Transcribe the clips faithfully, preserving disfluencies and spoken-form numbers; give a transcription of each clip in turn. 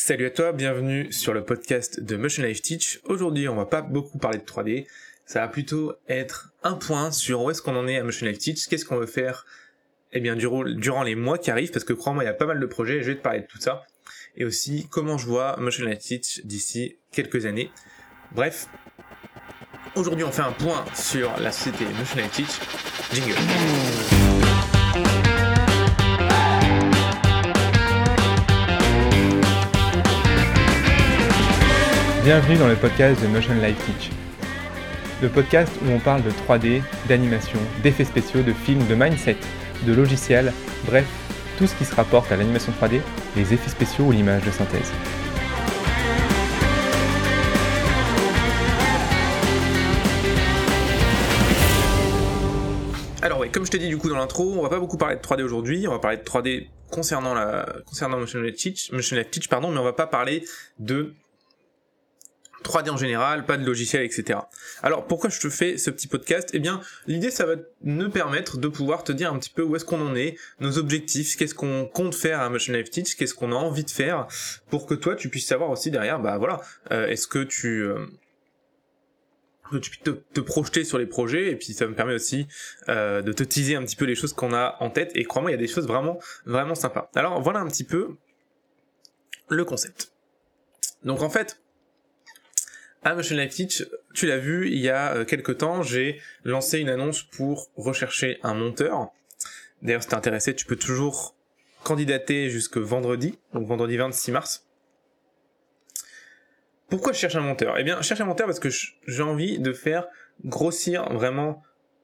Salut à toi, bienvenue sur le podcast de Motion Life Teach. Aujourd'hui, on va pas beaucoup parler de trois D, ça va plutôt être un point sur où est-ce qu'on en est à Motion Life Teach, qu'est-ce qu'on veut faire eh bien, durant les mois qui arrivent, parce que crois-moi, il y a pas mal de projets, je vais te parler de tout ça, et aussi comment je vois Motion Life Teach d'ici quelques années. Bref, aujourd'hui on fait un point sur la société Motion Life Teach. Jingle. Bienvenue dans le podcast de Motion Life Teach. Le podcast où on parle de trois D, d'animation, d'effets spéciaux, de films, de mindset, de logiciels, bref, tout ce qui se rapporte à l'animation trois D, les effets spéciaux ou l'image de synthèse. Alors ouais, comme je t'ai dit du coup dans l'intro, on va pas beaucoup parler de trois D aujourd'hui, on va parler de trois D concernant la concernant Motion Life Teach, Motion Life Teach pardon, mais on va pas parler de trois D en général, pas de logiciel, et cetera. Alors pourquoi je te fais ce petit podcast ? Eh bien, l'idée ça va me permettre de pouvoir te dire un petit peu où est-ce qu'on en est, nos objectifs, qu'est-ce qu'on compte faire à Motion Life Teach, qu'est-ce qu'on a envie de faire, pour que toi tu puisses savoir aussi derrière, bah voilà, euh, est-ce que tu... Euh, que tu puisses te, te projeter sur les projets, et puis ça me permet aussi euh, de te teaser un petit peu les choses qu'on a en tête, et crois-moi, il y a des choses vraiment, vraiment sympas. Alors voilà un petit peu le concept. Donc en fait, à Motion Life Teach, tu l'as vu, il y a quelques temps, j'ai lancé une annonce pour rechercher un monteur. D'ailleurs, si t'es intéressé, tu peux toujours candidater jusque vendredi, donc vendredi vingt-six mars. Pourquoi je cherche un monteur ? Eh bien, je cherche un monteur parce que j'ai envie de faire grossir vraiment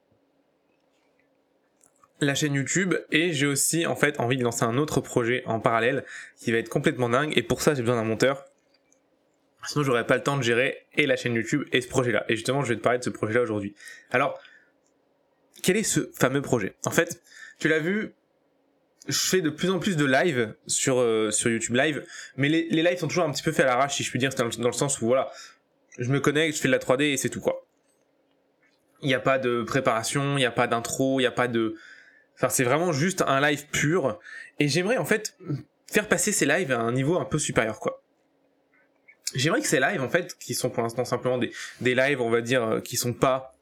la chaîne YouTube, et j'ai aussi en fait envie de lancer un autre projet en parallèle qui va être complètement dingue, et pour ça j'ai besoin d'un monteur. Sinon, j'aurais pas le temps de gérer et la chaîne YouTube et ce projet-là. Et justement, je vais te parler de ce projet-là aujourd'hui. Alors, quel est ce fameux projet ? En fait, tu l'as vu, je fais de plus en plus de live sur euh, sur YouTube Live, mais les, les lives sont toujours un petit peu faits à l'arrache, si je puis dire, dans le, dans le sens où, voilà, je me connecte, je fais de la trois D et c'est tout, quoi. Il n'y a pas de préparation, il n'y a pas d'intro, il n'y a pas de... Enfin, c'est vraiment juste un live pur. Et j'aimerais, en fait, faire passer ces lives à un niveau un peu supérieur, quoi. J'aimerais que ces lives, en fait, qui sont pour l'instant simplement des, des lives, on va dire, euh, qui sont pas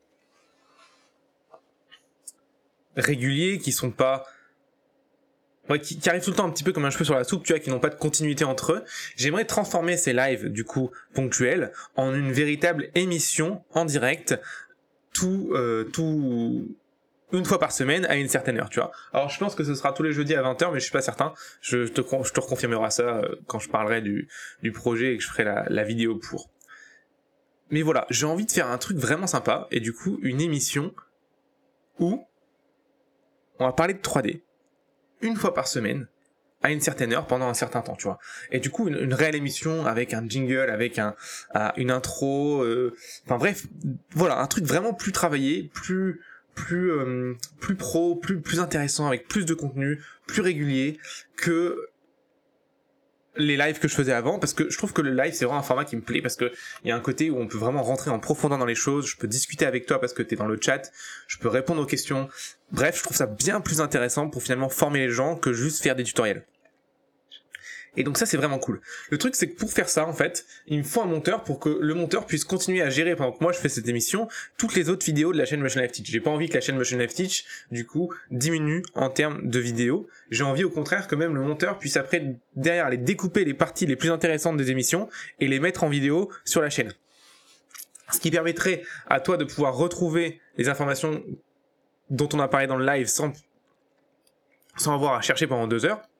réguliers, qui sont pas... Ouais, qui, qui arrivent tout le temps un petit peu comme un cheveu sur la soupe, tu vois, qui n'ont pas de continuité entre eux. J'aimerais transformer ces lives, du coup, ponctuels, en une véritable émission en direct, tout... Euh, tout... une fois par semaine à une certaine heure, tu vois. Alors je pense que ce sera tous les jeudis à vingt heures, mais je suis pas certain. Je te, je te reconfirmerai ça quand je parlerai du, du projet et que je ferai la, la vidéo pour. Mais voilà, j'ai envie de faire un truc vraiment sympa, et du coup une émission où on va parler de trois D une fois par semaine à une certaine heure pendant un certain temps, tu vois. Et du coup une, une réelle émission avec un jingle, avec un, uh, une intro, euh... enfin bref, voilà, un truc vraiment plus travaillé, plus plus euh, plus pro, plus plus intéressant, avec plus de contenu, plus régulier que les lives que je faisais avant, parce que je trouve que le live c'est vraiment un format qui me plaît, parce que il y a un côté où on peut vraiment rentrer en profondeur dans les choses, je peux discuter avec toi parce que t'es dans le chat, je peux répondre aux questions. Bref, je trouve ça bien plus intéressant pour finalement former les gens que juste faire des tutoriels. Et donc ça c'est vraiment cool. Le truc c'est que pour faire ça en fait, il me faut un monteur pour que le monteur puisse continuer à gérer pendant que moi je fais cette émission toutes les autres vidéos de la chaîne Motion Life Teach. J'ai pas envie que la chaîne Motion Life Teach du coup diminue en termes de vidéos. J'ai envie au contraire que même le monteur puisse après derrière aller découper les parties les plus intéressantes des émissions et les mettre en vidéo sur la chaîne. Ce qui permettrait à toi de pouvoir retrouver les informations dont on a parlé dans le live sans sans avoir à chercher pendant deux heures.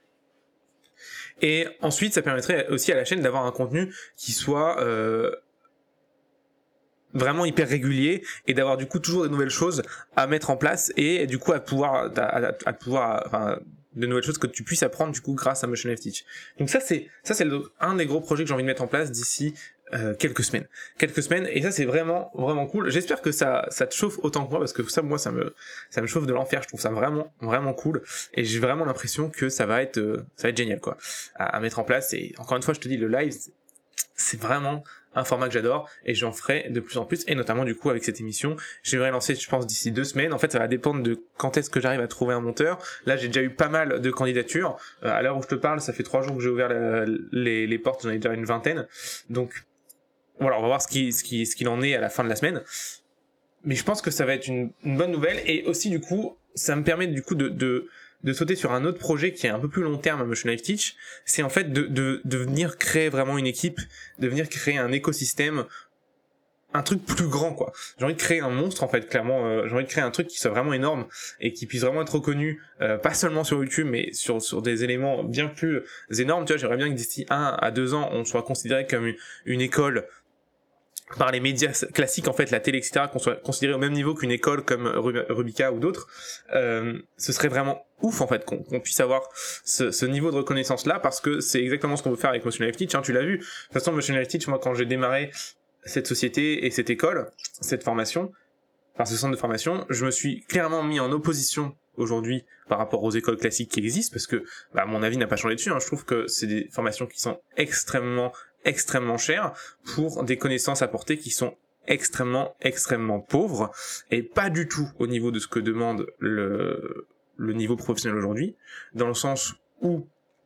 Et ensuite, ça permettrait aussi à la chaîne d'avoir un contenu qui soit euh, vraiment hyper régulier, et d'avoir du coup toujours des nouvelles choses à mettre en place, et du coup à pouvoir, à, à, à pouvoir, enfin, de nouvelles choses que tu puisses apprendre du coup grâce à Motion Life Teach. Donc ça c'est ça c'est le, un des gros projets que j'ai envie de mettre en place d'ici euh, quelques semaines, quelques semaines, et ça c'est vraiment vraiment cool. J'espère que ça ça te chauffe autant que moi, parce que ça moi ça me ça me chauffe de l'enfer. Je trouve ça vraiment vraiment cool, et j'ai vraiment l'impression que ça va être euh, ça va être génial quoi à, à mettre en place. Et encore une fois je te dis, le live c'est, c'est vraiment un format que j'adore et j'en ferai de plus en plus, et notamment du coup avec cette émission j'aimerais lancer je pense d'ici deux semaines. En fait ça va dépendre de quand est-ce que j'arrive à trouver un monteur. Là j'ai déjà eu pas mal de candidatures, euh, à l'heure où je te parle ça fait trois jours que j'ai ouvert la, les, les portes, j'en ai déjà une vingtaine, donc voilà, on va voir ce qui, ce qui, ce qu'il en est à la fin de la semaine. Mais je pense que ça va être une, une bonne nouvelle, et aussi du coup ça me permet du coup de, de de sauter sur un autre projet qui est un peu plus long terme à Motion Life Teach, c'est en fait de, de, de venir créer vraiment une équipe, de venir créer un écosystème, un truc plus grand quoi. J'ai envie de créer un monstre en fait, clairement, euh, j'ai envie de créer un truc qui soit vraiment énorme et qui puisse vraiment être reconnu, euh, pas seulement sur YouTube mais sur, sur des éléments bien plus énormes, tu vois. J'aimerais bien que d'ici un à deux ans on soit considéré comme une, une école par les médias classiques en fait, la télé, et cetera, qu'on soit considéré au même niveau qu'une école comme Rubika ou d'autres. Euh, ce serait vraiment ouf en fait qu'on, qu'on puisse avoir ce, ce niveau de reconnaissance là, parce que c'est exactement ce qu'on veut faire avec Motion Life Teach, hein, tu l'as vu. De toute façon Motion Life Teach, moi quand j'ai démarré cette société et cette école, cette formation, enfin ce centre de formation, je me suis clairement mis en opposition aujourd'hui par rapport aux écoles classiques qui existent, parce que bah, mon avis n'a pas changé dessus, hein. Je trouve que c'est des formations qui sont extrêmement extrêmement chères pour des connaissances apportées qui sont extrêmement extrêmement pauvres, et pas du tout au niveau de ce que demande le le niveau professionnel aujourd'hui, dans le sens où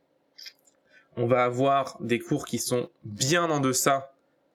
on va avoir des cours qui sont bien en deçà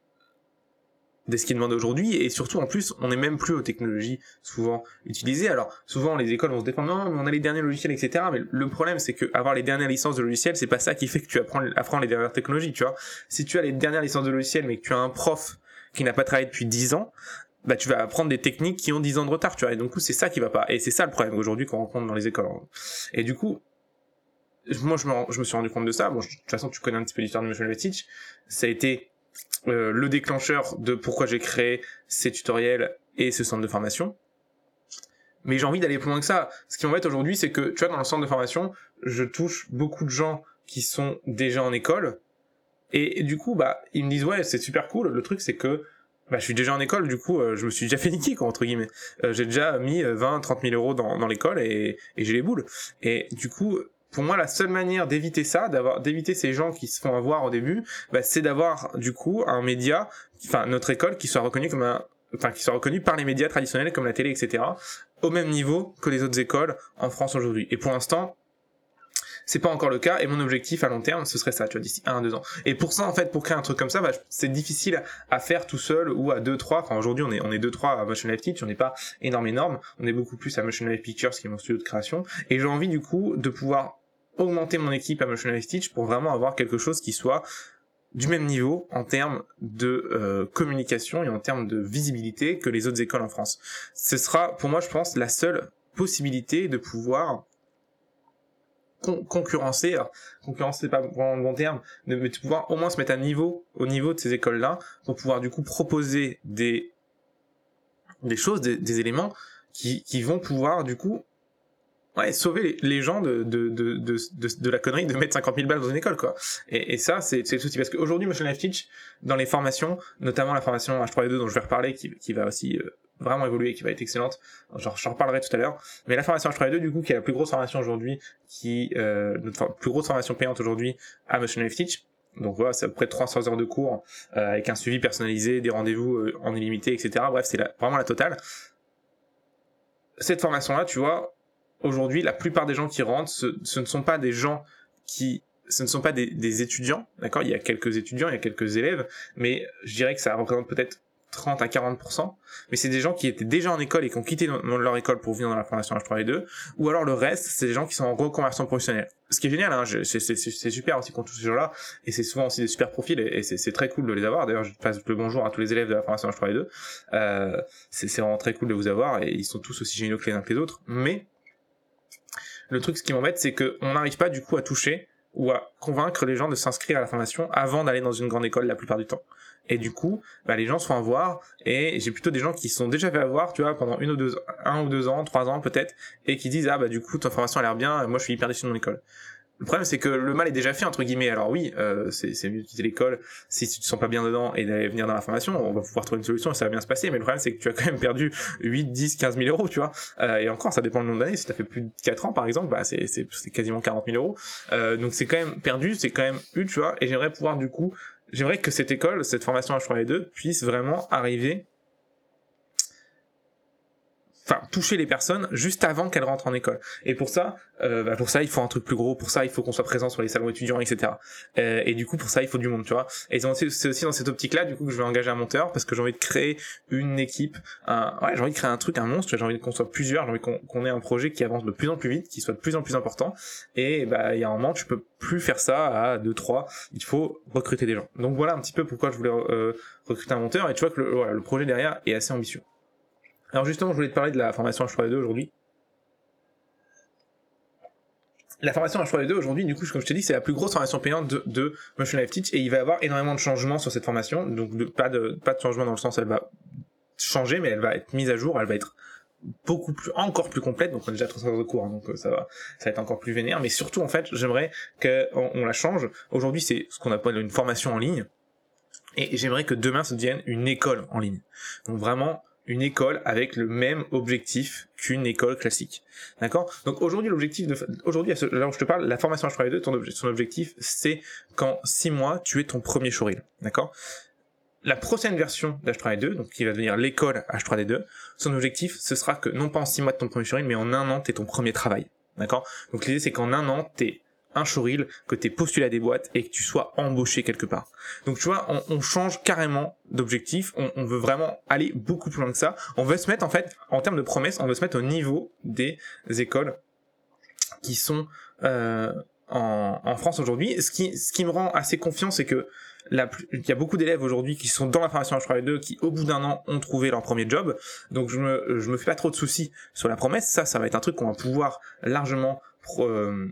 de ce qui est demandé aujourd'hui, et surtout en plus on n'est même plus aux technologies souvent utilisées. Alors souvent les écoles vont se défendre, non mais on a les derniers logiciels, etc. Mais le problème c'est que avoir les dernières licences de logiciels, c'est pas ça qui fait que tu apprends, apprends les dernières technologies, tu vois. Si tu as les dernières licences de logiciels mais que tu as un prof qui n'a pas travaillé depuis dix ans, bah tu vas apprendre des techniques qui ont dix ans de retard, tu vois. Et donc c'est ça qui va pas, et c'est ça le problème aujourd'hui qu'on rencontre dans les écoles. Et du coup moi je me, je me suis rendu compte de ça. Bon, je, de toute façon tu connais un petit peu l'histoire de Motion Life Teach, ça a été Euh, le déclencheur de pourquoi j'ai créé ces tutoriels et ce centre de formation. Mais j'ai envie d'aller plus loin que ça. Ce qui m'embête aujourd'hui, c'est que, tu vois, dans le centre de formation, je touche beaucoup de gens qui sont déjà en école, et, et du coup, bah, ils me disent, ouais, c'est super cool. Le truc, c'est que, bah, je suis déjà en école, du coup, euh, je me suis déjà fait niquer, quoi, entre guillemets. Euh, j'ai déjà mis vingt, trente mille euros dans, dans l'école, et, et j'ai les boules. Et du coup, pour moi, la seule manière d'éviter ça, d'avoir, d'éviter ces gens qui se font avoir au début, bah, c'est d'avoir, du coup, un média, enfin, notre école qui soit reconnue comme un, enfin, qui soit reconnue par les médias traditionnels comme la télé, et cetera, au même niveau que les autres écoles en France aujourd'hui. Et pour l'instant, c'est pas encore le cas, et mon objectif à long terme, ce serait ça, tu vois, d'ici un à deux ans. Et pour ça, en fait, pour créer un truc comme ça, bah, c'est difficile à faire tout seul, ou à deux, trois, enfin, aujourd'hui, on est, on est deux, trois à Motion Life Teach, on n'est pas énorme, énorme, on est beaucoup plus à Motion Life Pictures, qui est mon studio de création, et j'ai envie, du coup, de pouvoir augmenter mon équipe à Motion Life Teach pour vraiment avoir quelque chose qui soit du même niveau en termes de euh, communication et en termes de visibilité que les autres écoles en France. Ce sera, pour moi, je pense, la seule possibilité de pouvoir con- concurrencer, alors, concurrencer c'est pas vraiment le bon terme, de, mais de pouvoir au moins se mettre à niveau, au niveau de ces écoles-là, pour pouvoir du coup proposer des des choses, des, des éléments qui, qui vont pouvoir du coup ouais, sauver les gens de, de, de, de, de, de la connerie de mettre cinquante mille balles dans une école, quoi. Et, et ça, c'est, c'est le souci. Parce qu'aujourd'hui, Motion Life Teach, dans les formations, notamment la formation H trois V deux dont je vais reparler, qui, qui va aussi euh, vraiment évoluer, qui va être excellente, j'en, j'en reparlerai tout à l'heure, mais la formation H trois V deux, du coup, qui est la plus grosse formation aujourd'hui, qui, euh, notre for- plus grosse formation payante aujourd'hui à Motion Life Teach. Donc voilà, c'est à peu près trois cents heures de cours, euh, avec un suivi personnalisé, des rendez-vous euh, en illimité, et cetera. Bref, c'est la, vraiment la totale. Cette formation-là, tu vois, aujourd'hui, la plupart des gens qui rentrent, ce, ce ne sont pas des gens qui, ce ne sont pas des, des étudiants, d'accord? Il y a quelques étudiants, il y a quelques élèves, mais je dirais que ça représente peut-être trente à quarante pour cent, mais c'est des gens qui étaient déjà en école et qui ont quitté leur école pour venir dans la formation H trois V deux, ou alors le reste, c'est des gens qui sont en reconversion professionnelle. Ce qui est génial, hein, je, c'est, c'est, c'est super aussi qu'on touche ces gens-là, et c'est souvent aussi des super profils, et, et c'est, c'est très cool de les avoir. D'ailleurs, je passe le bonjour à tous les élèves de la formation H trois V deux, euh, c'est, c'est vraiment très cool de vous avoir, et ils sont tous aussi géniaux que les uns que les autres, mais le truc, ce qui m'embête, c'est qu'on n'arrive pas du coup à toucher ou à convaincre les gens de s'inscrire à la formation avant d'aller dans une grande école la plupart du temps. Et du coup, bah, les gens se font avoir, et j'ai plutôt des gens qui se sont déjà fait avoir, tu vois, pendant une ou deux, un ou deux ans, trois ans peut-être, et qui disent, ah bah du coup, ta formation a l'air bien, moi je suis hyper déçu de mon école. Le problème, c'est que le mal est déjà fait, entre guillemets. Alors oui, euh, c'est, c'est mieux de quitter l'école si tu te sens pas bien dedans et d'aller venir dans la formation. On va pouvoir trouver une solution et ça va bien se passer. Mais le problème, c'est que tu as quand même perdu huit, dix, quinze mille euros, tu vois. Euh, et encore, ça dépend du nombre d'années. Si t'as fait plus de quatre ans, par exemple, bah, c'est, c'est, c'est quasiment quarante mille euros. Euh, donc c'est quand même perdu, c'est quand même eu, tu vois. Et j'aimerais pouvoir, du coup, j'aimerais que cette école, cette formation H trois D deux puisse vraiment arriver, enfin toucher les personnes juste avant qu'elles rentrent en école. Et pour ça, euh, bah pour ça il faut un truc plus gros, pour ça il faut qu'on soit présent sur les salons étudiants, et cetera. Euh, et du coup pour ça il faut du monde, tu vois. Et c'est aussi dans cette optique-là du coup que je vais engager un monteur, parce que j'ai envie de créer une équipe, un, ouais j'ai envie de créer un truc, un monstre, j'ai envie qu'on soit plusieurs, j'ai envie qu'on qu'on ait un projet qui avance de plus en plus vite, qui soit de plus en plus important. Et bah il y a un moment tu peux plus faire ça à deux trois, il faut recruter des gens. Donc voilà un petit peu pourquoi je voulais euh, recruter un monteur, et tu vois que le, voilà, le projet derrière est assez ambitieux. Alors justement, je voulais te parler de la formation H trois D deux aujourd'hui. La formation H trois D deux aujourd'hui, du coup, comme je te dis, c'est la plus grosse formation payante de, de Motion Life Teach, et il va y avoir énormément de changements sur cette formation. Donc de, pas de pas de changement dans le sens où elle va changer, mais elle va être mise à jour, elle va être beaucoup plus, encore plus complète. Donc on a déjà trois cents heures de cours, hein, donc ça va, ça va être encore plus vénère. Mais surtout, en fait, j'aimerais qu'on on la change. Aujourd'hui, c'est ce qu'on appelle une formation en ligne, et j'aimerais que demain, ça devienne une école en ligne. Donc vraiment une école avec le même objectif qu'une école classique. D'accord? Donc aujourd'hui, l'objectif de, aujourd'hui, là où je te parle, la formation H trois D deux, ton objectif, son objectif, c'est qu'en six mois, tu aies ton premier showreel. D'accord? La prochaine version d'H trois D deux, donc qui va devenir l'école H trois D deux, son objectif, ce sera que, non pas en six mois de ton premier showreel, mais en un an, t'aies ton premier travail. D'accord? Donc l'idée, c'est qu'en un an, t'aies un showreel, que tu aies postulé à des boîtes et que tu sois embauché quelque part. Donc tu vois, on, on change carrément d'objectif, on, on veut vraiment aller beaucoup plus loin que ça. On veut se mettre en fait, en termes de promesses, on veut se mettre au niveau des écoles qui sont euh, en, en France aujourd'hui. Ce qui, ce qui me rend assez confiant, c'est que la, il y a beaucoup d'élèves aujourd'hui qui sont dans la formation H trois D deux qui au bout d'un an ont trouvé leur premier job. Donc je me, je me fais pas trop de soucis sur la promesse. Ça, ça va être un truc qu'on va pouvoir largement pro, euh,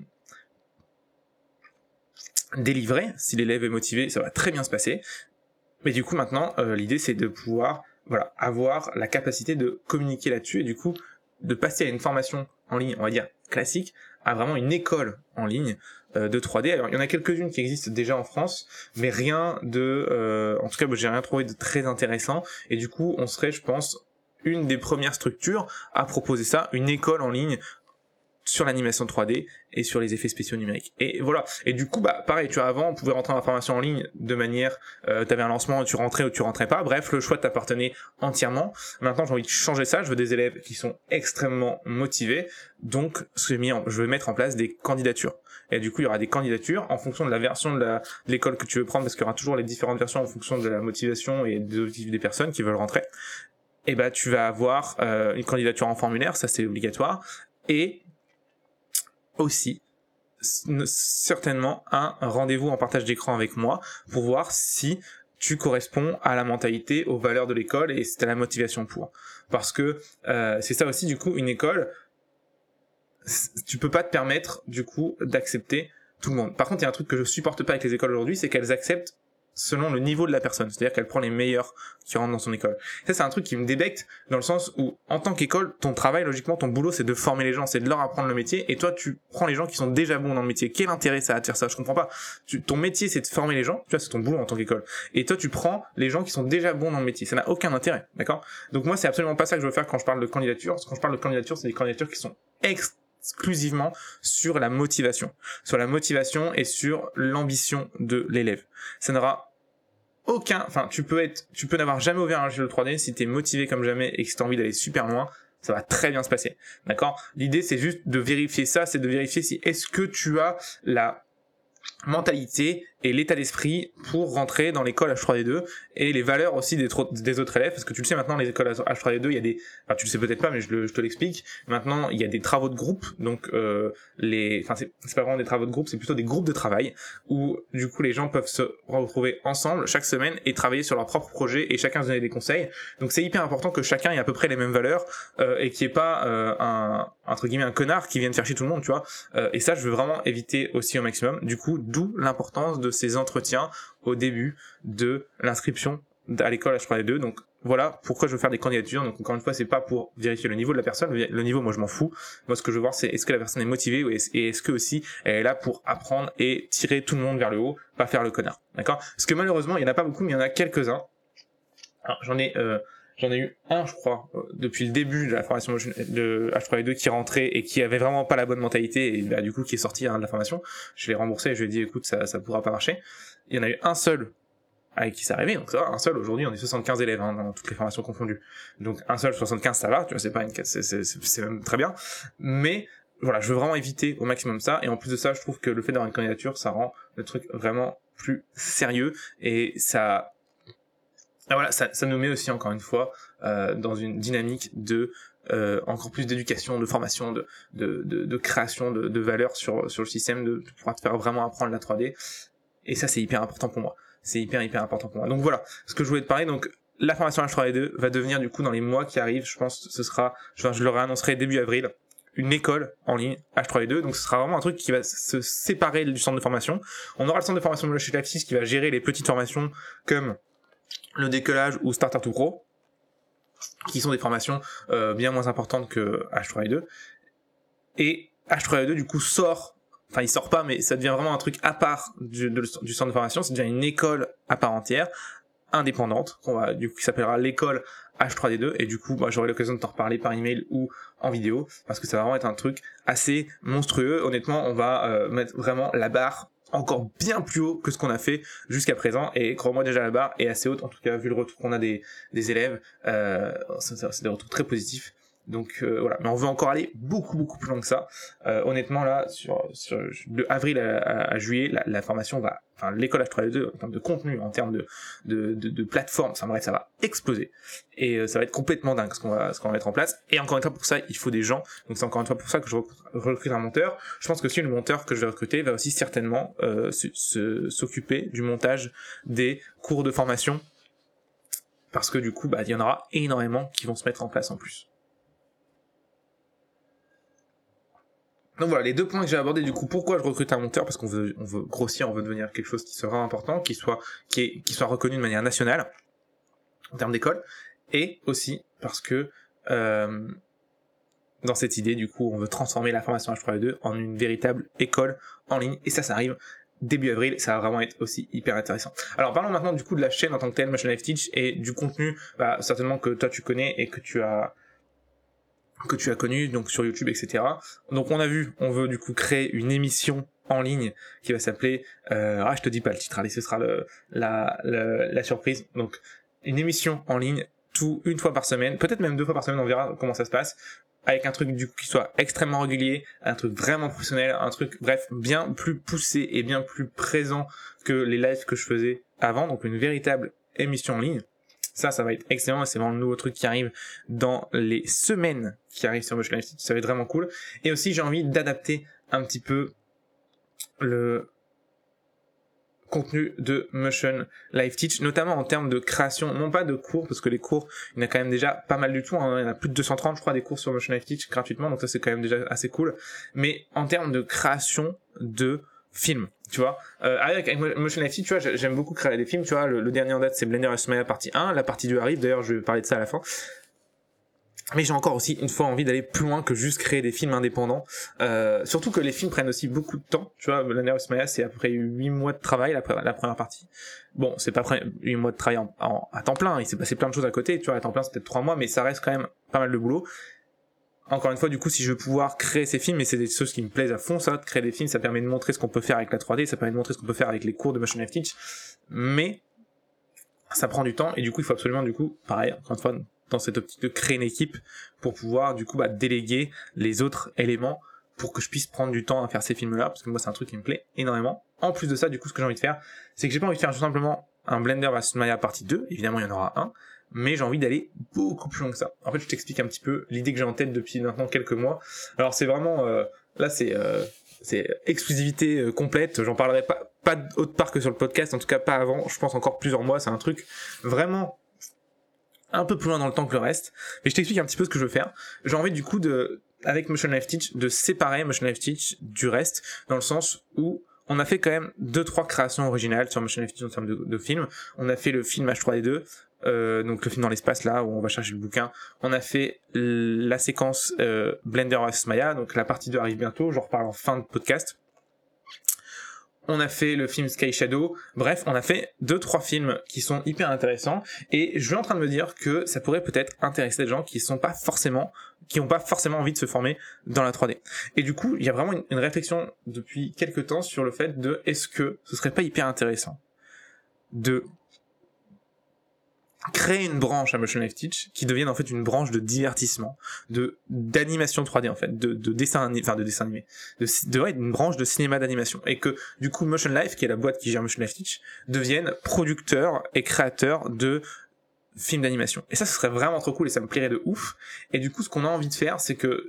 délivrer. Si l'élève est motivé, ça va très bien se passer. Mais du coup maintenant euh, l'idée c'est de pouvoir voilà avoir la capacité de communiquer là-dessus, et du coup de passer à une formation en ligne, on va dire classique, à vraiment une école en ligne euh, de trois D. Alors il y en a quelques-unes qui existent déjà en France, mais rien de euh, en tout cas bah, j'ai rien trouvé de très intéressant, et du coup on serait, je pense, une des premières structures à proposer ça, une école en ligne sur l'animation trois D et sur les effets spéciaux numériques. Et voilà. Et du coup, bah, pareil, tu vois, avant, on pouvait rentrer dans la formation en ligne de manière, euh, t'avais un lancement, tu rentrais ou tu rentrais pas. Bref, le choix t'appartenait entièrement. Maintenant, j'ai envie de changer ça. Je veux des élèves qui sont extrêmement motivés. Donc, ce que j'ai mis en, je vais mettre en place des candidatures. Et du coup, il y aura des candidatures en fonction de la version de, la, de l'école que tu veux prendre, parce qu'il y aura toujours les différentes versions en fonction de la motivation et des objectifs des personnes qui veulent rentrer. Et bah, tu vas avoir, euh, une candidature en formulaire. Ça, c'est obligatoire. Et aussi certainement un rendez-vous en partage d'écran avec moi pour voir si tu corresponds à la mentalité, aux valeurs de l'école et si t'as la motivation pour. Parce que euh, c'est ça aussi, du coup, une école, tu peux pas te permettre du coup d'accepter tout le monde. Par contre, il y a un truc que je supporte pas avec les écoles aujourd'hui, c'est qu'elles acceptent selon le niveau de la personne, c'est-à-dire qu'elle prend les meilleurs qui rentrent dans son école. Ça, c'est un truc qui me débecte dans le sens où, en tant qu'école, ton travail, logiquement, ton boulot, c'est de former les gens, c'est de leur apprendre le métier, et toi, tu prends les gens qui sont déjà bons dans le métier. Quel intérêt ça a de faire ça? Je comprends pas. Tu, ton métier, c'est de former les gens, tu vois, c'est ton boulot en tant qu'école. Et toi, tu prends les gens qui sont déjà bons dans le métier. Ça n'a aucun intérêt, d'accord? Donc moi, c'est absolument pas ça que je veux faire quand je parle de candidature. Quand je parle de candidature, c'est des candidatures qui sont extrêmement exclusivement sur la motivation, sur la motivation et sur l'ambition de l'élève. Ça n'aura aucun, enfin, tu peux être, tu peux n'avoir jamais ouvert un logiciel trois D, si t'es motivé comme jamais et que t'as envie d'aller super loin, ça va très bien se passer. D'accord? L'idée, c'est juste de vérifier ça, c'est de vérifier si est-ce que tu as la mentalité et l'état d'esprit pour rentrer dans l'école H trois D deux et les valeurs aussi des, des autres élèves, parce que tu le sais maintenant, les écoles H trois D deux, il y a des, enfin tu le sais peut-être pas, mais je, le, je te l'explique. Maintenant, il y a des travaux de groupe, donc euh, les, enfin c'est, c'est pas vraiment des travaux de groupe, c'est plutôt des groupes de travail où du coup les gens peuvent se retrouver ensemble chaque semaine et travailler sur leur propre projet et chacun se donner des conseils. Donc c'est hyper important que chacun ait à peu près les mêmes valeurs euh, et qu'il n'y ait pas euh, un entre guillemets un connard qui vienne faire chier tout le monde, tu vois. Euh, et ça, je veux vraiment éviter aussi au maximum. Du coup, d'où l'importance de ces entretiens au début de l'inscription à l'école H trois D deux. Donc voilà pourquoi je veux faire des candidatures. Donc encore une fois, c'est pas pour vérifier le niveau de la personne. Le niveau, moi je m'en fous. Moi ce que je veux voir, c'est est-ce que la personne est motivée et est-ce que aussi elle est là pour apprendre et tirer tout le monde vers le haut, pas faire le connard. D'accord? Parce que malheureusement, il y en a pas beaucoup, mais il y en a quelques-uns. Alors j'en ai euh, j'en ai eu un, je crois, euh, depuis le début de la formation de H trois D deux qui rentrait et qui avait vraiment pas la bonne mentalité et bah, du coup qui est sorti hein, de la formation. Je l'ai remboursé et je lui ai dit écoute, ça ça pourra pas marcher. Il y en a eu un seul avec qui ça arrivait. Donc ça va, un seul, aujourd'hui, on est soixante-quinze élèves hein, dans toutes les formations confondues. Donc un seul, soixante-quinze, ça va, tu vois, c'est pas une, c'est, c'est, c'est, c'est même très bien. Mais voilà, je veux vraiment éviter au maximum ça. Et en plus de ça, je trouve que le fait d'avoir une candidature, ça rend le truc vraiment plus sérieux et ça, et voilà, ça, ça nous met aussi encore une fois euh, dans une dynamique de euh, encore plus d'éducation, de formation, de de de, de création de, de valeur sur sur le système, de, de pouvoir te faire vraiment apprendre la trois D. Et ça, c'est hyper important pour moi. C'est hyper hyper important pour moi. Donc voilà, ce que je voulais te parler. Donc la formation H trois D deux va devenir du coup dans les mois qui arrivent, je pense, ce sera, je, je le réannoncerai début avril, une école en ligne H trois D deux. Donc ce sera vraiment un truc qui va se séparer du centre de formation. On aura le centre de formation de Motion Life Teach qui va gérer les petites formations comme le décollage ou Starter to Pro, qui sont des formations euh, bien moins importantes que H trois D deux. Et H trois D deux du coup sort, enfin il sort pas, mais ça devient vraiment un truc à part du, de, du centre de formation. Ça devient une école à part entière, indépendante, qu'on va, du coup, qui s'appellera l'école H trois D deux, et du coup bah, j'aurai l'occasion de t'en reparler par email ou en vidéo, parce que ça va vraiment être un truc assez monstrueux. Honnêtement, on va euh, mettre vraiment la barre encore bien plus haut que ce qu'on a fait jusqu'à présent, et crois-moi, déjà la barre est assez haute, en tout cas vu le retour qu'on a des, des élèves, euh, c'est, c'est des retours très positifs. Donc euh, voilà, mais on veut encore aller beaucoup beaucoup plus loin que ça. Euh, honnêtement là, sur, sur de avril à, à, à juillet, la, la formation va, enfin l'école H trois D deux en termes de contenu, en termes de de, de, de plateforme, ça bref, ça va exploser et euh, ça va être complètement dingue ce qu'on va ce qu'on va mettre en place. Et encore une fois pour ça, il faut des gens. Donc c'est encore une fois pour ça que je recrute un monteur. Je pense que si le monteur que je vais recruter va aussi certainement euh, se, se, s'occuper du montage des cours de formation, parce que du coup, bah il y en aura énormément qui vont se mettre en place en plus. Donc voilà, les deux points que j'ai abordés, du coup, pourquoi je recrute un monteur, parce qu'on veut, on veut grossir, on veut devenir quelque chose qui sera important, qui soit, qui est, qui soit reconnu de manière nationale, en termes d'école, et aussi parce que, euh, dans cette idée, du coup, on veut transformer la formation H trois D deux en une véritable école en ligne, et ça, ça arrive début avril, ça va vraiment être aussi hyper intéressant. Alors, parlons maintenant, du coup, de la chaîne en tant que telle, Motion Life Teach, et du contenu, bah, certainement que toi tu connais et que tu as, que tu as connu donc sur YouTube, et cetera. Donc on a vu, on veut du coup créer une émission en ligne qui va s'appeler, euh, ah je te dis pas le titre, allez ce sera le, la, la, la surprise. Donc une émission en ligne tout une fois par semaine, peut-être même deux fois par semaine, on verra comment ça se passe, avec un truc du coup qui soit extrêmement régulier, un truc vraiment professionnel, un truc bref bien plus poussé et bien plus présent que les lives que je faisais avant, donc une véritable émission en ligne. Ça, ça va être excellent et c'est vraiment le nouveau truc qui arrive dans les semaines qui arrivent sur Motion Life Teach. Ça va être vraiment cool. Et aussi, j'ai envie d'adapter un petit peu le contenu de Motion Life Teach, notamment en termes de création, non pas de cours, parce que les cours, il y en a quand même déjà pas mal du tout, hein. Il y en a plus de deux cent trente, je crois, des cours sur Motion Life Teach gratuitement, donc ça c'est quand même déjà assez cool. Mais en termes de création de films, tu vois, euh, avec, avec Motion Life Teach, tu vois, j'aime beaucoup créer des films, tu vois, le, le dernier en date c'est Blender Smile partie un, la partie deux arrive, d'ailleurs je vais parler de ça à la fin. Mais j'ai encore aussi une fois envie d'aller plus loin que juste créer des films indépendants, euh, surtout que les films prennent aussi beaucoup de temps, tu vois, Blender Smile c'est à peu près huit mois de travail la, la première partie. Bon, c'est pas près huit mois de travail en, en, à temps plein, il s'est passé plein de choses à côté, tu vois, à temps plein c'est peut-être trois mois, mais ça reste quand même pas mal de boulot. Encore une fois, du coup, si je veux pouvoir créer ces films, et c'est des choses qui me plaisent à fond, ça, de créer des films, ça permet de montrer ce qu'on peut faire avec la trois D, ça permet de montrer ce qu'on peut faire avec les cours de Motion Life Teach, mais ça prend du temps, et du coup, il faut absolument, du coup, pareil, encore une fois, dans cette optique de créer une équipe, pour pouvoir, du coup, bah, déléguer les autres éléments, pour que je puisse prendre du temps à faire ces films-là, parce que moi, c'est un truc qui me plaît énormément. En plus de ça, du coup, ce que j'ai envie de faire, c'est que j'ai pas envie de faire tout simplement un Blender versus Maya partie deux, évidemment, il y en aura un, mais j'ai envie d'aller beaucoup plus loin que ça. En fait, je t'explique un petit peu l'idée que j'ai en tête depuis maintenant quelques mois. Alors, c'est vraiment, euh, là, c'est, euh, c'est exclusivité euh, complète. J'en parlerai pas, pas autre part que sur le podcast, en tout cas pas avant. Je pense encore plusieurs mois. C'est un truc vraiment un peu plus loin dans le temps que le reste. Mais je t'explique un petit peu ce que je veux faire. J'ai envie du coup de, avec Motion Life Teach, de séparer Motion Life Teach du reste, dans le sens où on a fait quand même deux trois créations originales sur Motion Life Teach en termes de, de films. On a fait le film H trois D deux. Euh, donc le film dans l'espace là où on va chercher le bouquin. On a fait la séquence euh, Blender versus Maya, donc la partie deux arrive bientôt, j'en reparle en fin de podcast. On a fait le film Sky Shadow, bref, on a fait deux trois films qui sont hyper intéressants et je suis en train de me dire que ça pourrait peut-être intéresser des gens qui sont pas forcément qui ont pas forcément envie de se former dans la trois D. Et du coup, il y a vraiment une, une réflexion depuis quelques temps sur le fait de est-ce que ce serait pas hyper intéressant de créer une branche à Motion Life Teach qui devienne en fait une branche de divertissement, de d'animation trois D en fait, de, de dessin animé, enfin de dessin animé, de, de ouais, une branche de cinéma d'animation, et que du coup Motion Life, qui est la boîte qui gère Motion Life Teach, devienne producteur et créateur de films d'animation. Et ça, ce serait vraiment trop cool et ça me plairait de ouf. Et du coup, ce qu'on a envie de faire, c'est que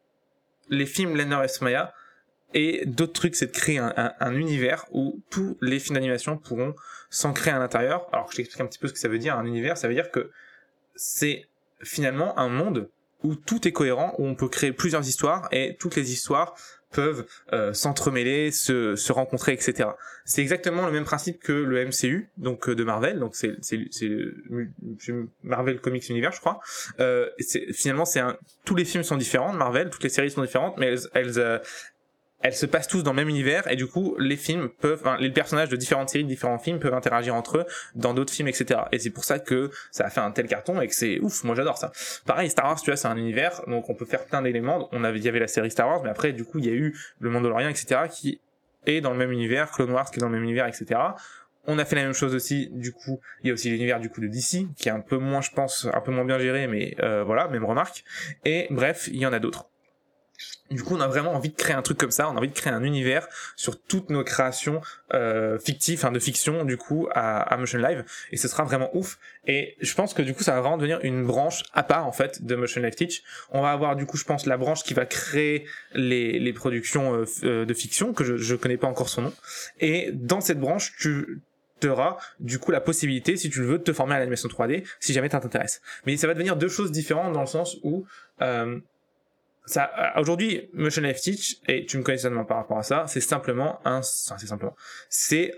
les films Lenner et Smaya et d'autres trucs, c'est de créer un, un, un univers où tous les films d'animation pourront s'ancrer à l'intérieur. Alors que je t'explique un petit peu ce que ça veut dire, un univers, ça veut dire que c'est finalement un monde où tout est cohérent, où on peut créer plusieurs histoires, et toutes les histoires peuvent euh, s'entremêler, se, se rencontrer, et cetera. C'est exactement le même principe que le M C U, donc euh, de Marvel, donc c'est, c'est, c'est le Marvel Comics Universe, je crois. Euh, c'est, finalement, c'est un, tous les films sont différents de Marvel, toutes les séries sont différentes, mais elles, elles euh, elles se passent tous dans le même univers, et du coup les films peuvent, enfin, les personnages de différentes séries, de différents films peuvent interagir entre eux dans d'autres films, et cetera. Et c'est pour ça que ça a fait un tel carton et que c'est ouf. Moi j'adore ça. Pareil, Star Wars, tu vois, c'est un univers, donc on peut faire plein d'éléments. On avait, il y avait la série Star Wars, mais après du coup il y a eu le Mandalorian, et cetera, qui est dans le même univers, Clone Wars qui est dans le même univers, et cetera. On a fait la même chose aussi, du coup, il y a aussi l'univers du coup de D C, qui est un peu moins, je pense, un peu moins bien géré, mais euh, voilà, même remarque. Et bref, il y en a d'autres. Du coup, on a vraiment envie de créer un truc comme ça, on a envie de créer un univers sur toutes nos créations euh, fictives, enfin de fiction, du coup, à, à Motion Live, et ce sera vraiment ouf. Et je pense que du coup, ça va vraiment devenir une branche à part, en fait, de Motion Live Teach. On va avoir, du coup, je pense, la branche qui va créer les, les productions euh, de fiction, que je, je connais pas encore son nom. Et dans cette branche, tu auras du coup la possibilité, si tu le veux, de te former à l'animation trois D, si jamais ça t'intéresse. Mais ça va devenir deux choses différentes dans le sens où... Euh, Ça, aujourd'hui, Motion Life Teach, et tu me connais certainement par rapport à ça, c'est simplement un, enfin, c'est simplement, c'est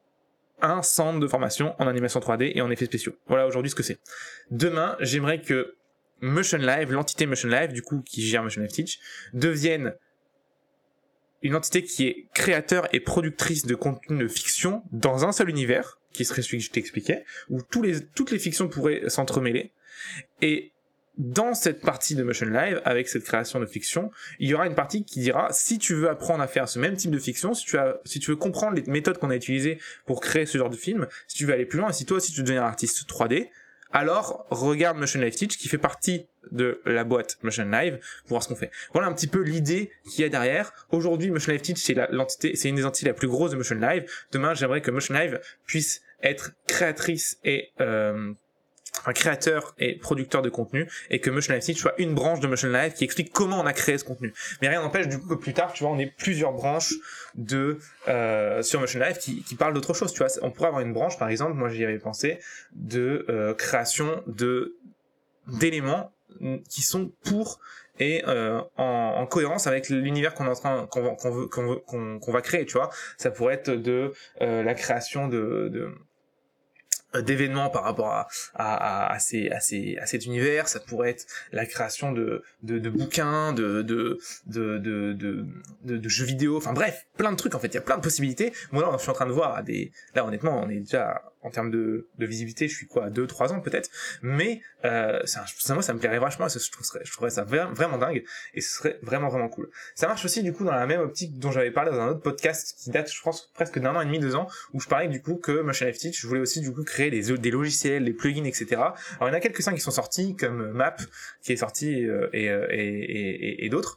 un centre de formation en animation trois D et en effets spéciaux. Voilà aujourd'hui ce que c'est. Demain, j'aimerais que Motion Live, l'entité Motion Live, du coup, qui gère Motion Life Teach, devienne une entité qui est créateur et productrice de contenu de fiction dans un seul univers, qui serait celui que je t'expliquais, où tous les, toutes les fictions pourraient s'entremêler. Et dans cette partie de Motion Live, avec cette création de fiction, il y aura une partie qui dira, si tu veux apprendre à faire ce même type de fiction, si tu as, si tu veux comprendre les méthodes qu'on a utilisées pour créer ce genre de film, si tu veux aller plus loin, et si toi aussi tu veux devenir artiste trois D, alors regarde Motion Live Teach, qui fait partie de la boîte Motion Live, pour voir ce qu'on fait. Voilà un petit peu l'idée qu'il y a derrière. Aujourd'hui, Motion Live Teach, c'est la, l'entité, c'est une des entités la plus grosses de Motion Live. Demain, j'aimerais que Motion Live puisse être créatrice et euh, un créateur et producteur de contenu, et que Motion Live Teach soit une branche de Motion Live qui explique comment on a créé ce contenu. Mais rien n'empêche du coup que plus tard, tu vois, on ait plusieurs branches de euh, sur Motion Live qui, qui parlent d'autre chose. Tu vois, on pourrait avoir une branche, par exemple, moi j'y avais pensé, de euh, création de d'éléments qui sont pour et euh, en, en cohérence avec l'univers qu'on est en train qu'on va qu'on veut qu'on veut qu'on, qu'on va créer. Tu vois, ça pourrait être de euh, la création de, de d'événements par rapport à, à, à, à, ces, à, ces, à cet univers. Ça pourrait être la création de, de, de bouquins, de, de, de, de, de, de, de jeux vidéo, enfin bref, plein de trucs en fait, il y a plein de possibilités. Moi là, je suis en train de voir à des... Là honnêtement, on est déjà, en termes de, de visibilité, je suis quoi, à deux trois ans peut-être, mais euh, ça, ça, moi ça me plairait vachement, je trouverais, je trouverais ça vraiment, vraiment dingue, et ce serait vraiment vraiment cool. Ça marche aussi du coup dans la même optique dont j'avais parlé dans un autre podcast qui date, je pense, presque d'un an et demi, deux ans, où je parlais du coup que Motion Live Teach, je voulais aussi du coup créer des, des logiciels, des plugins, et cetera. Alors il y en a quelques-uns qui sont sortis, comme Map, qui est sorti, euh, et, et, et, et, et d'autres.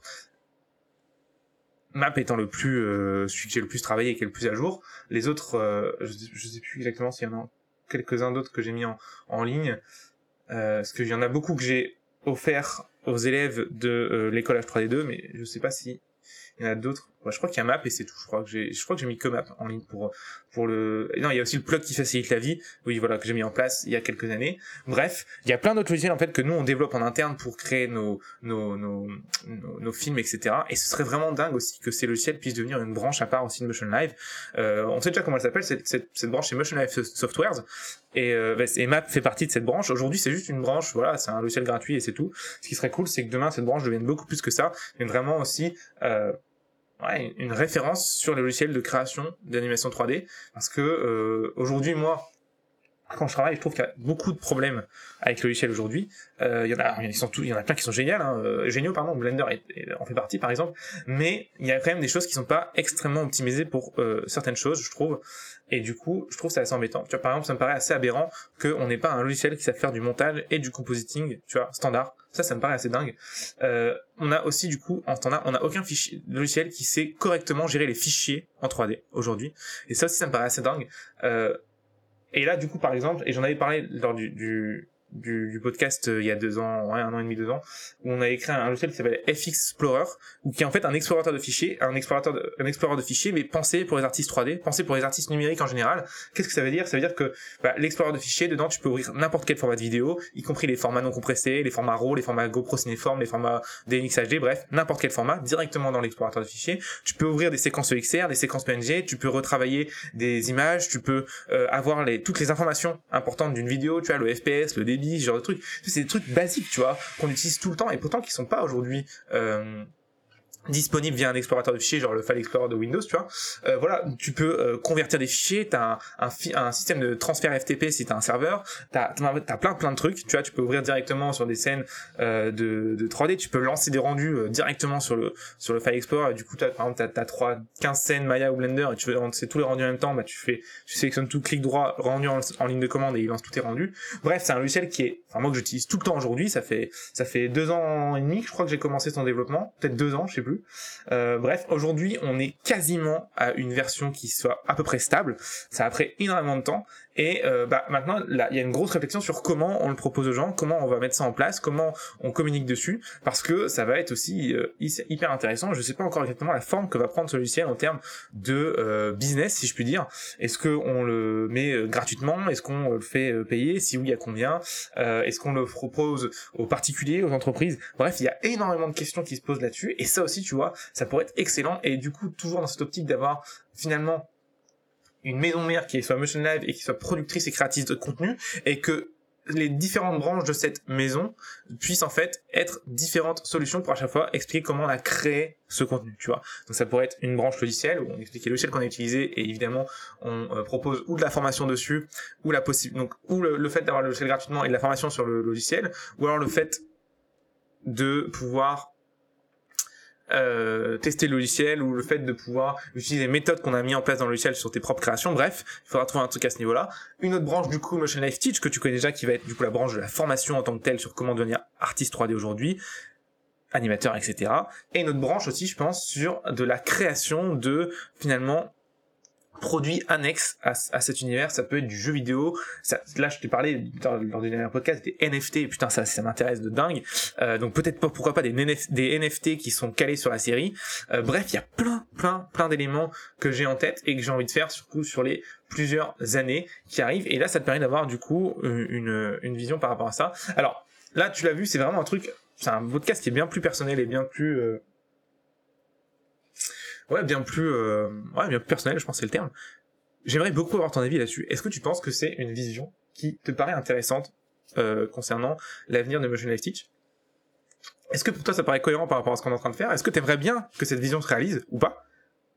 Map étant le plus, euh, celui que j'ai le plus travaillé et qui est le plus à jour. Les autres, euh, je, je sais plus exactement s'il y en a quelques-uns d'autres que j'ai mis en, en ligne, euh, parce qu'il y en a beaucoup que j'ai offert aux élèves de euh, l'école H trois D deux, mais je sais pas si il y en a d'autres. Ouais, je crois qu'il y a Map et c'est tout. Je crois que j'ai, je crois que j'ai mis que Map en ligne pour pour le. Et non, il y a aussi le plug qui facilite la vie. Oui, voilà, que j'ai mis en place il y a quelques années. Bref, il y a plein d'autres logiciels en fait que nous on développe en interne pour créer nos nos nos nos, nos films, et cetera. Et ce serait vraiment dingue aussi que ces logiciels puissent devenir une branche à part aussi de Motion Live. Euh, on sait déjà comment elle s'appelle cette cette, cette branche, c'est Motion Live Softwares. Et, euh, et Map fait partie de cette branche. Aujourd'hui, c'est juste une branche. Voilà, c'est un logiciel gratuit et c'est tout. Ce qui serait cool, c'est que demain cette branche devienne beaucoup plus que ça, mais vraiment aussi euh, ouais, une référence sur les logiciels de création d'animation trois D, parce que euh, aujourd'hui moi quand je travaille, je trouve qu'il y a beaucoup de problèmes avec le logiciel aujourd'hui. Euh, il y en a, ils sont tous, il y en a plein qui sont géniaux, hein, euh, géniaux, pardon. Blender est, est, en fait partie, par exemple. Mais il y a quand même des choses qui sont pas extrêmement optimisées pour euh, certaines choses, je trouve. Et du coup, je trouve ça assez embêtant. Tu vois, par exemple, ça me paraît assez aberrant qu'on n'ait pas un logiciel qui sait faire du montage et du compositing, tu vois, standard. Ça, ça me paraît assez dingue. Euh, on a aussi, du coup, en standard, on n'a aucun fichier logiciel qui sait correctement gérer les fichiers en trois D aujourd'hui. Et ça aussi, ça me paraît assez dingue. Euh, et là, du coup, par exemple, et j'en avais parlé lors du, du, du, du podcast euh, il y a deux ans, ouais, un an et demi, deux ans, où on avait créé un logiciel qui s'appelle F X Explorer, ou qui est en fait un explorateur de fichiers, un explorateur de, un explorateur de fichiers, mais pensé pour les artistes trois D, pensé pour les artistes numériques en général. Qu'est-ce que ça veut dire? Ça veut dire que bah, l'explorateur de fichiers, dedans, tu peux ouvrir n'importe quel format de vidéo, y compris les formats non compressés, les formats RAW, les formats GoPro Cineform, les formats D N X H D, bref, n'importe quel format, directement dans l'explorateur de fichiers. Tu peux ouvrir des séquences E X R, des séquences P N G, tu peux retravailler des images, tu peux euh, avoir les, toutes les informations importantes d'une vidéo, tu vois, le F P S, le débit, ce genre de trucs. C'est des trucs basiques, tu vois, qu'on utilise tout le temps et pourtant qui sont pas aujourd'hui euh, disponible via un explorateur de fichiers, genre le File Explorer de Windows, tu vois. Euh, voilà, tu peux euh, convertir des fichiers, t'as un, un, fi- un système de transfert F T P si t'as un serveur, t'as, t'as, t'as plein plein de trucs, tu vois, tu peux ouvrir directement sur des scènes euh, de, de trois D, tu peux lancer des rendus euh, directement sur le sur le File Explorer, et du coup, t'as, par exemple, t'as, t'as trois, quinze scènes Maya ou Blender, et tu veux lancer tous les rendus en même temps, bah tu fais, tu sélectionnes tout, clic droit, rendu en, en ligne de commande, et il lance tous tes rendus. Bref, c'est un logiciel qui est, enfin moi que j'utilise tout le temps aujourd'hui, ça fait ça fait deux ans et demi que je crois que j'ai commencé son développement, peut-être deux ans, je sais plus. Euh, bref, aujourd'hui, on est quasiment à une version qui soit à peu près stable. Ça a pris énormément de temps. Et euh, bah maintenant, là, il y a une grosse réflexion sur comment on le propose aux gens, comment on va mettre ça en place, comment on communique dessus, parce que ça va être aussi euh, hyper intéressant. Je sais pas encore exactement la forme que va prendre ce logiciel en termes de euh, business, si je puis dire. Est-ce que on le met euh, gratuitement? Est-ce qu'on le fait euh, payer? Si oui, à combien? euh, Est-ce qu'on le propose aux particuliers, aux entreprises? Bref, il y a énormément de questions qui se posent là-dessus. Et ça aussi, tu vois, ça pourrait être excellent. Et du coup, toujours dans cette optique d'avoir finalement une maison mère qui soit Motion Live et qui soit productrice et créatrice de contenu, et que les différentes branches de cette maison puissent en fait être différentes solutions pour à chaque fois expliquer comment on a créé ce contenu, tu vois. Donc ça pourrait être une branche logicielle où on explique les logiciels qu'on a utilisés, et évidemment on euh, propose ou de la formation dessus, ou la possible donc ou le, le fait d'avoir le logiciel gratuitement et de la formation sur le logiciel, ou alors le fait de pouvoir Euh, tester le logiciel, ou le fait de pouvoir utiliser les méthodes qu'on a mis en place dans le logiciel sur tes propres créations. Bref, il faudra trouver un truc à ce niveau-là. Une autre branche du coup, Motion Life Teach, que tu connais déjà, qui va être du coup la branche de la formation en tant que telle sur comment devenir artiste trois D aujourd'hui, animateur, et cetera. Et une autre branche aussi, je pense, sur de la création de finalement produits annexes à, à cet univers. Ça peut être du jeu vidéo. Ça, là, je t'ai parlé dans, lors du dernier podcast des N F T. Putain, ça, ça m'intéresse de dingue. Euh, donc peut-être pas, pourquoi pas des, N F, des N F T qui sont calés sur la série. Euh, bref, il y a plein, plein, plein d'éléments que j'ai en tête et que j'ai envie de faire, surtout sur les plusieurs années qui arrivent. Et là, ça te permet d'avoir du coup une, une vision par rapport à ça. Alors là, tu l'as vu, c'est vraiment un truc. C'est un podcast qui est bien plus personnel et bien plus. Euh, Ouais, bien plus, euh, ouais, bien plus personnel, je pense que c'est le terme. J'aimerais beaucoup avoir ton avis là-dessus. Est-ce que tu penses que c'est une vision qui te paraît intéressante euh, concernant l'avenir de Motion Life Teach? Est-ce que pour toi ça paraît cohérent par rapport à ce qu'on est en train de faire? Est-ce que tu aimerais bien que cette vision se réalise ou pas?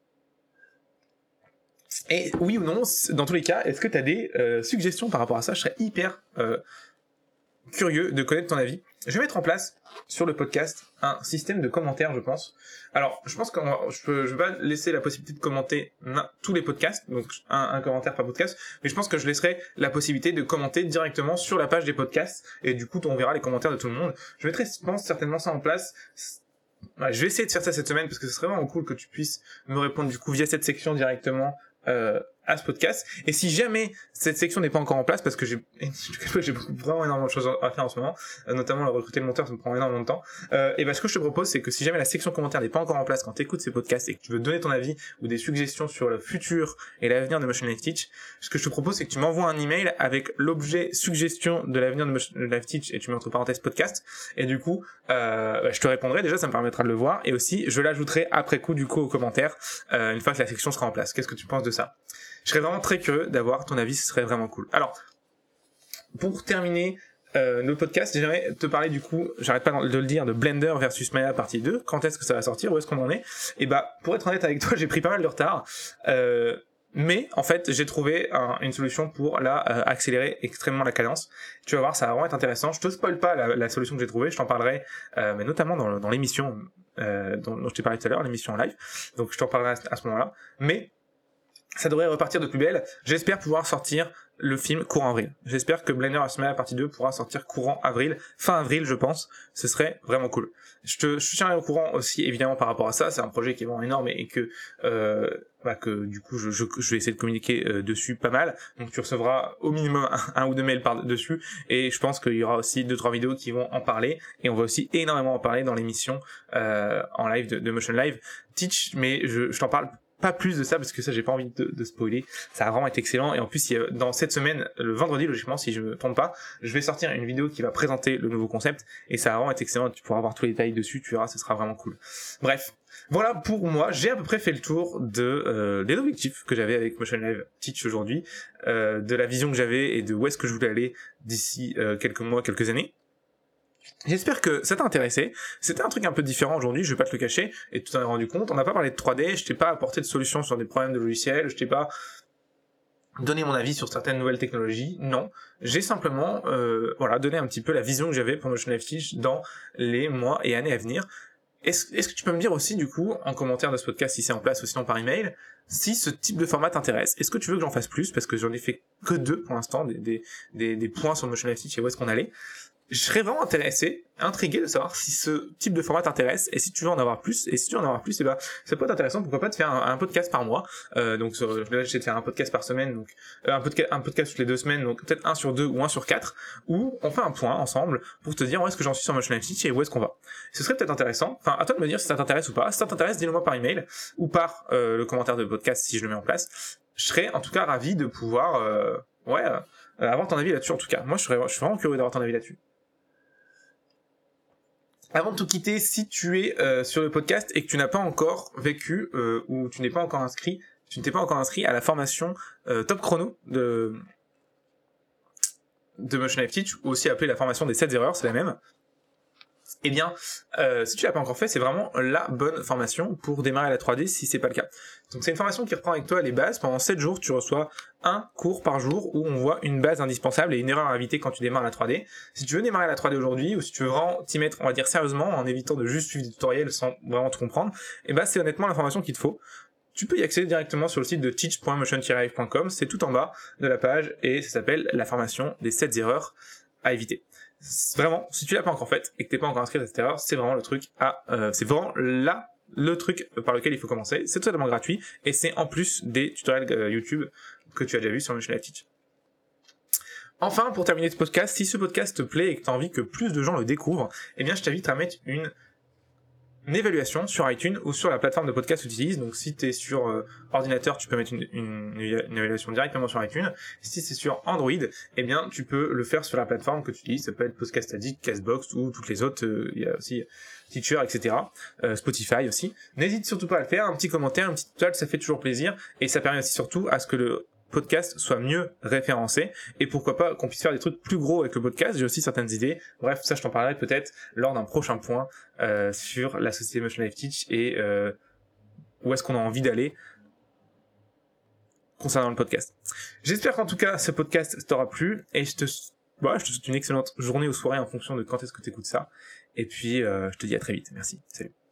Et oui ou non, dans tous les cas, est-ce que tu as des euh, suggestions par rapport à ça? Je serais hyper euh, curieux de connaître ton avis. Je vais mettre en place sur le podcast un système de commentaires, je pense. Alors, je pense que je peux, je vais pas laisser la possibilité de commenter tous les podcasts, donc un, un commentaire par podcast, mais je pense que je laisserai la possibilité de commenter directement sur la page des podcasts, et du coup, on verra les commentaires de tout le monde. Je mettrai, je pense, certainement ça en place. Ouais, je vais essayer de faire ça cette semaine, parce que ce serait vraiment cool que tu puisses me répondre du coup via cette section directement euh, à ce podcast. Et si jamais cette section n'est pas encore en place, parce que j'ai, j'ai vraiment énormément de choses à faire en ce moment, euh, notamment le recruter le monteur, ça me prend énormément de temps, euh, et ben ce que je te propose, c'est que si jamais la section commentaire n'est pas encore en place quand tu écoutes ces podcasts et que tu veux donner ton avis ou des suggestions sur le futur et l'avenir de Motion Life Teach, ce que je te propose, c'est que tu m'envoies un email avec l'objet suggestion de l'avenir de Motion Life Teach, et tu mets entre parenthèses podcast, et du coup euh, bah, je te répondrai. Déjà, ça me permettra de le voir, et aussi je l'ajouterai après coup du coup aux commentaires euh, une fois que la section sera en place. Qu'est-ce que tu penses de ça? Je serais vraiment très curieux d'avoir ton avis, ce serait vraiment cool. Alors, pour terminer euh, le podcast, j'aimerais te parler du coup, j'arrête pas de le dire, de Blender versus Maya partie deux. Quand est-ce que ça va sortir? Où est-ce qu'on en est? Et bah, pour être honnête avec toi, j'ai pris pas mal de retard. Euh, Mais en fait, j'ai trouvé un, une solution pour là euh, accélérer extrêmement la cadence. Tu vas voir, ça va vraiment être intéressant. Je te spoil pas la, la solution que j'ai trouvée, je t'en parlerai, euh, mais notamment dans, dans l'émission euh, dont, dont je t'ai parlé tout à l'heure, l'émission en live. Donc je t'en parlerai à, à ce moment-là. Mais ça devrait repartir de plus belle. J'espère pouvoir sortir le film courant avril. J'espère que Blender Asmara partie deux pourra sortir courant avril, fin avril je pense. Ce serait vraiment cool. Je te, je te tiendrai au courant aussi évidemment par rapport à ça. C'est un projet qui est vraiment énorme et que euh, bah, que du coup je, je, je vais essayer de communiquer euh, dessus pas mal. Donc tu recevras au minimum un, un ou deux mails par dessus et je pense qu'il y aura aussi deux trois vidéos qui vont en parler et on va aussi énormément en parler dans l'émission euh, en live de, de Motion Live Teach. Mais je, je t'en parle pas plus de ça parce que ça j'ai pas envie de, de spoiler. Ça a vraiment été excellent et en plus il y a, dans cette semaine le vendredi logiquement si je me trompe pas je vais sortir une vidéo qui va présenter le nouveau concept et ça a vraiment été excellent. Tu pourras voir tous les détails dessus, tu verras, ce sera vraiment cool. Bref, voilà pour moi, j'ai à peu près fait le tour de euh, des objectifs que j'avais avec Motion Live Teach aujourd'hui, euh, de la vision que j'avais et de où est-ce que je voulais aller d'ici euh, quelques mois, quelques années. J'espère que ça t'a intéressé. C'était un truc un peu différent aujourd'hui, je vais pas te le cacher, et tu t'en es rendu compte. On n'a pas parlé de trois D, je t'ai pas apporté de solution sur des problèmes de logiciels, je t'ai pas donné mon avis sur certaines nouvelles technologies, non. J'ai simplement euh, voilà, donné un petit peu la vision que j'avais pour Motion Live Teach dans les mois et années à venir. Est-ce, est-ce que tu peux me dire aussi, du coup, en commentaire de ce podcast, si c'est en place ou sinon par email, si ce type de format t'intéresse? Est-ce que tu veux que j'en fasse plus? Parce que j'en ai fait que deux pour l'instant, des, des, des, des points sur Motion Live Teach et où est-ce qu'on allait. Je serais vraiment intéressé, intrigué de savoir si ce type de format t'intéresse et si tu veux en avoir plus. Et si tu veux en avoir plus, et ben ça peut être intéressant. Pourquoi pas te faire un, un podcast par mois. Euh, donc sur, là j'essaie de faire un podcast par semaine, donc euh, un podcast un podcast toutes les deux semaines, donc peut-être un sur deux ou un sur quatre, où on fait un point ensemble pour te dire où est-ce que j'en suis sur Motion Live Teach et où est-ce qu'on va. Ce serait peut-être intéressant. Enfin, à toi de me dire si ça t'intéresse ou pas. Si ça t'intéresse, dis-le moi par email ou par euh, le commentaire de podcast si je le mets en place. Je serais en tout cas ravi de pouvoir euh, ouais euh, avoir ton avis là-dessus. En tout cas, moi je serais je suis vraiment curieux d'avoir ton avis là-dessus. Avant de tout quitter, si tu es euh, sur le podcast et que tu n'as pas encore vécu euh, ou tu n'es pas encore inscrit, tu ne t'es pas encore inscrit à la formation euh, Top Chrono de de Motion Live Teach, ou aussi appelée la formation des sept erreurs, c'est la même. Eh bien, euh, si tu l'as pas encore fait, c'est vraiment la bonne formation pour démarrer la trois D si c'est pas le cas. Donc c'est une formation qui reprend avec toi les bases. Pendant sept jours, tu reçois un cours par jour où on voit une base indispensable et une erreur à éviter quand tu démarres la trois D. Si tu veux démarrer la trois D aujourd'hui ou si tu veux vraiment t'y mettre, on va dire sérieusement, en évitant de juste suivre des tutoriels sans vraiment tout comprendre, eh ben c'est honnêtement l'information qu'il te faut. Tu peux y accéder directement sur le site de teach point motion tiret live point com, c'est tout en bas de la page et ça s'appelle la formation des sept erreurs à éviter. Vraiment, si tu l'as pas encore faite et que t'es pas encore inscrit à cette erreur, c'est vraiment le truc à, euh, c'est vraiment là le truc par lequel il faut commencer. C'est totalement gratuit et c'est en plus des tutoriels euh, YouTube que tu as déjà vu sur Motion Live Teach. Enfin, pour terminer ce podcast, si ce podcast te plaît et que tu as envie que plus de gens le découvrent, eh bien je t'invite à mettre une une évaluation sur iTunes ou sur la plateforme de podcast que tu utilises. Donc si tu es sur euh, ordinateur, tu peux mettre une, une, une évaluation directement sur iTunes. Si c'est sur Android, eh bien tu peux le faire sur la plateforme que tu utilises. Ça peut être Podcast Addict, Castbox ou toutes les autres. Euh, il y a aussi Teacher, et cetera. Euh, Spotify aussi. N'hésite surtout pas à le faire. Un petit commentaire, un petit étoile, ça fait toujours plaisir. Et ça permet aussi surtout à ce que le podcast soit mieux référencé et pourquoi pas qu'on puisse faire des trucs plus gros avec le podcast. J'ai aussi certaines idées. Bref, ça je t'en parlerai peut-être lors d'un prochain point euh, sur la société Motion Live Teach et euh, où est-ce qu'on a envie d'aller concernant le podcast. J'espère qu'en tout cas ce podcast t'aura plu et je te, voilà, je te souhaite une excellente journée ou soirée en fonction de quand est-ce que tu écoutes ça. Et puis euh, je te dis à très vite. Merci. Salut.